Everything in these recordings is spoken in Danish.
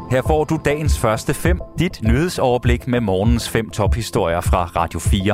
Her får du dagens første 5, dit nyhedsoverblik med morgens 5 tophistorier fra Radio 4.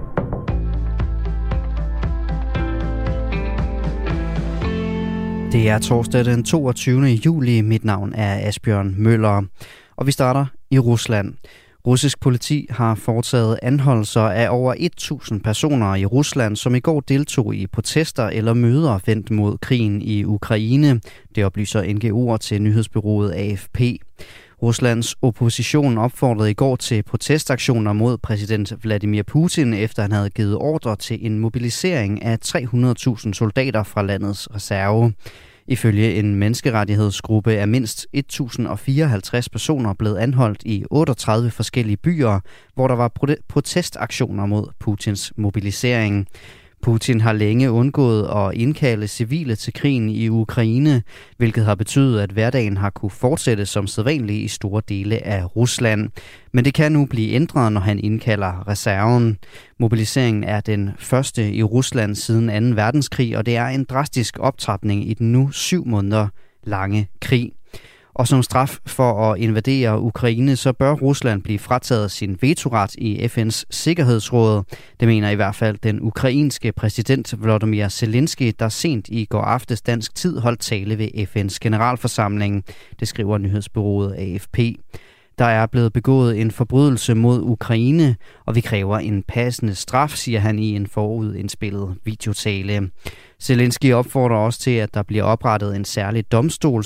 Det er torsdag den 22. juli. Mit navn er Asbjørn Møller, og vi starter i Rusland. Russisk politi har foretaget anholdelser af over 1.000 personer i Rusland, som i går deltog i protester eller møder vendt mod krigen i Ukraine. Det oplyser NGO'er til nyhedsbureauet AFP. Ruslands opposition opfordrede i går til protestaktioner mod præsident Vladimir Putin, efter han havde givet ordre til en mobilisering af 300.000 soldater fra landets reserve. Ifølge en menneskerettighedsgruppe er mindst 1.054 personer blevet anholdt i 38 forskellige byer, hvor der var protestaktioner mod Putins mobilisering. Putin har længe undgået at indkalde civile til krigen i Ukraine, hvilket har betydet, at hverdagen har kunne fortsætte som sædvanligt i store dele af Rusland. Men det kan nu blive ændret, når han indkalder reserven. Mobiliseringen er den første i Rusland siden 2. verdenskrig, og det er en drastisk optrapning i den nu 7 måneder lange krig. Og som straf for at invadere Ukraine, så bør Rusland blive frataget sin vetoret i FN's Sikkerhedsråd. Det mener i hvert fald den ukrainske præsident Volodymyr Zelensky, der sent i går aftes dansk tid holdt tale ved FN's generalforsamling. Det skriver nyhedsbureauet AFP. Der er blevet begået en forbrydelse mod Ukraine, og vi kræver en passende straf, siger han i en forudindspillet videotale. Zelensky opfordrer også til, at der bliver oprettet en særlig domstol,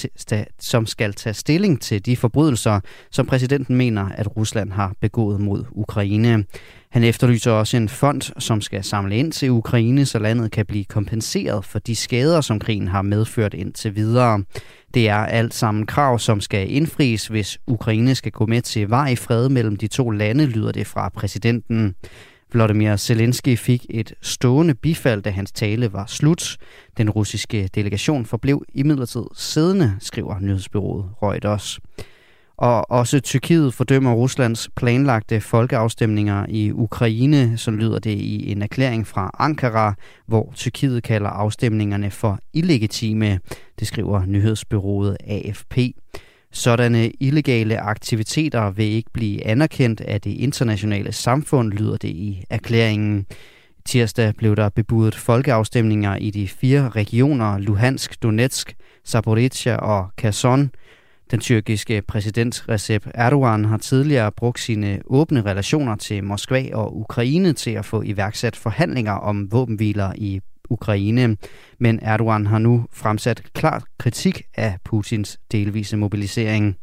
som skal tage stilling til de forbrydelser, som præsidenten mener, at Rusland har begået mod Ukraine. Han efterlyser også en fond, som skal samle ind til Ukraine, så landet kan blive kompenseret for de skader, som krigen har medført indtil videre. Det er alt sammen krav, som skal indfries, hvis Ukraine skal gå med til varig fred mellem de to lande, lyder det fra præsidenten. Volodymyr Zelensky fik et stående bifald, da hans tale var slut. Den russiske delegation forblev imidlertid siddende, skriver nyhedsbureauet Reuters. Og også Tyrkiet fordømmer Ruslands planlagte folkeafstemninger i Ukraine, så lyder det i en erklæring fra Ankara, hvor Tyrkiet kalder afstemningerne for illegitime. Det skriver nyhedsbureauet AFP. Sådanne illegale aktiviteter vil ikke blive anerkendt af det internationale samfund, lyder det i erklæringen. Tirsdag blev der bebudet folkeafstemninger i de 4 regioner Luhansk, Donetsk, Zaporizhzhia og Kherson. Den tyrkiske præsident Recep Erdogan har tidligere brugt sine åbne relationer til Moskva og Ukraine til at få iværksat forhandlinger om våbenhviler i Ukraine. Men Erdogan har nu fremsat klar kritik af Putins delvise mobilisering.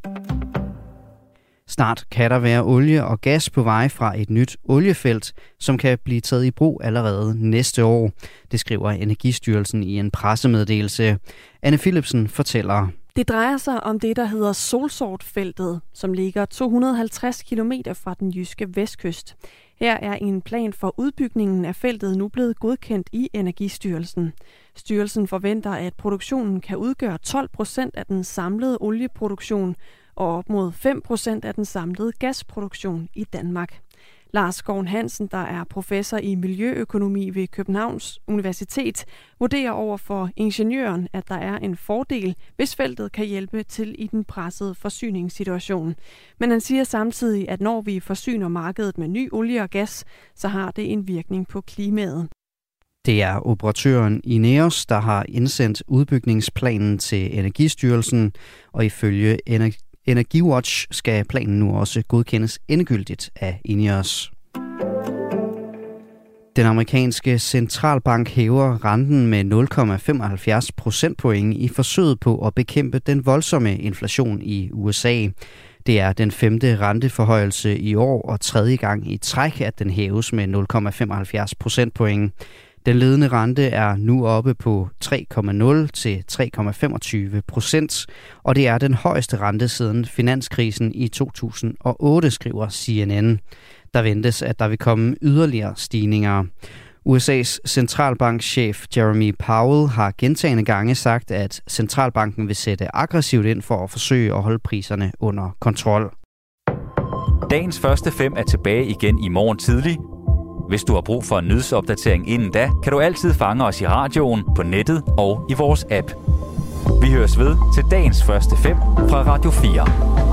Snart kan der være olie og gas på vej fra et nyt oliefelt, som kan blive taget i brug allerede næste år. Det skriver Energistyrelsen i en pressemeddelelse. Anne Philipsen fortæller. Det drejer sig om det, der hedder Solsortfeltet, som ligger 250 km fra den jyske vestkyst. Her er en plan for udbygningen af feltet nu blevet godkendt i Energistyrelsen. Styrelsen forventer, at produktionen kan udgøre 12% af den samlede olieproduktion og op mod 5% af den samlede gasproduktion i Danmark. Lars Skoven Hansen, der er professor i miljøøkonomi ved Københavns Universitet, vurderer over for ingeniøren, at der er en fordel, hvis feltet kan hjælpe til i den pressede forsyningssituation. Men han siger samtidig, at når vi forsyner markedet med ny olie og gas, så har det en virkning på klimaet. Det er operatøren INEOS, der har indsendt udbygningsplanen til Energistyrelsen, og ifølge Energiwatch skal planen nu også godkendes endegyldigt af INEOS. Den amerikanske centralbank hæver renten med 0,75 procentpoint i forsøget på at bekæmpe den voldsomme inflation i USA. Det er den 5. renteforhøjelse i år og 3. gang i træk, at den hæves med 0,75 procentpoint. Den ledende rente er nu oppe på 3,0 til 3,25%, og det er den højeste rente siden finanskrisen i 2008, skriver CNN. Der ventes, at der vil komme yderligere stigninger. USA's centralbankchef Jeremy Powell har gentagne gange sagt, at centralbanken vil sætte aggressivt ind for at forsøge at holde priserne under kontrol. Dagens første 5 er tilbage igen i morgen tidlig. Hvis du har brug for en nyhedsopdatering inden da, kan du altid fange os i radioen, på nettet og i vores app. Vi høres ved til dagens første 5 fra Radio 4.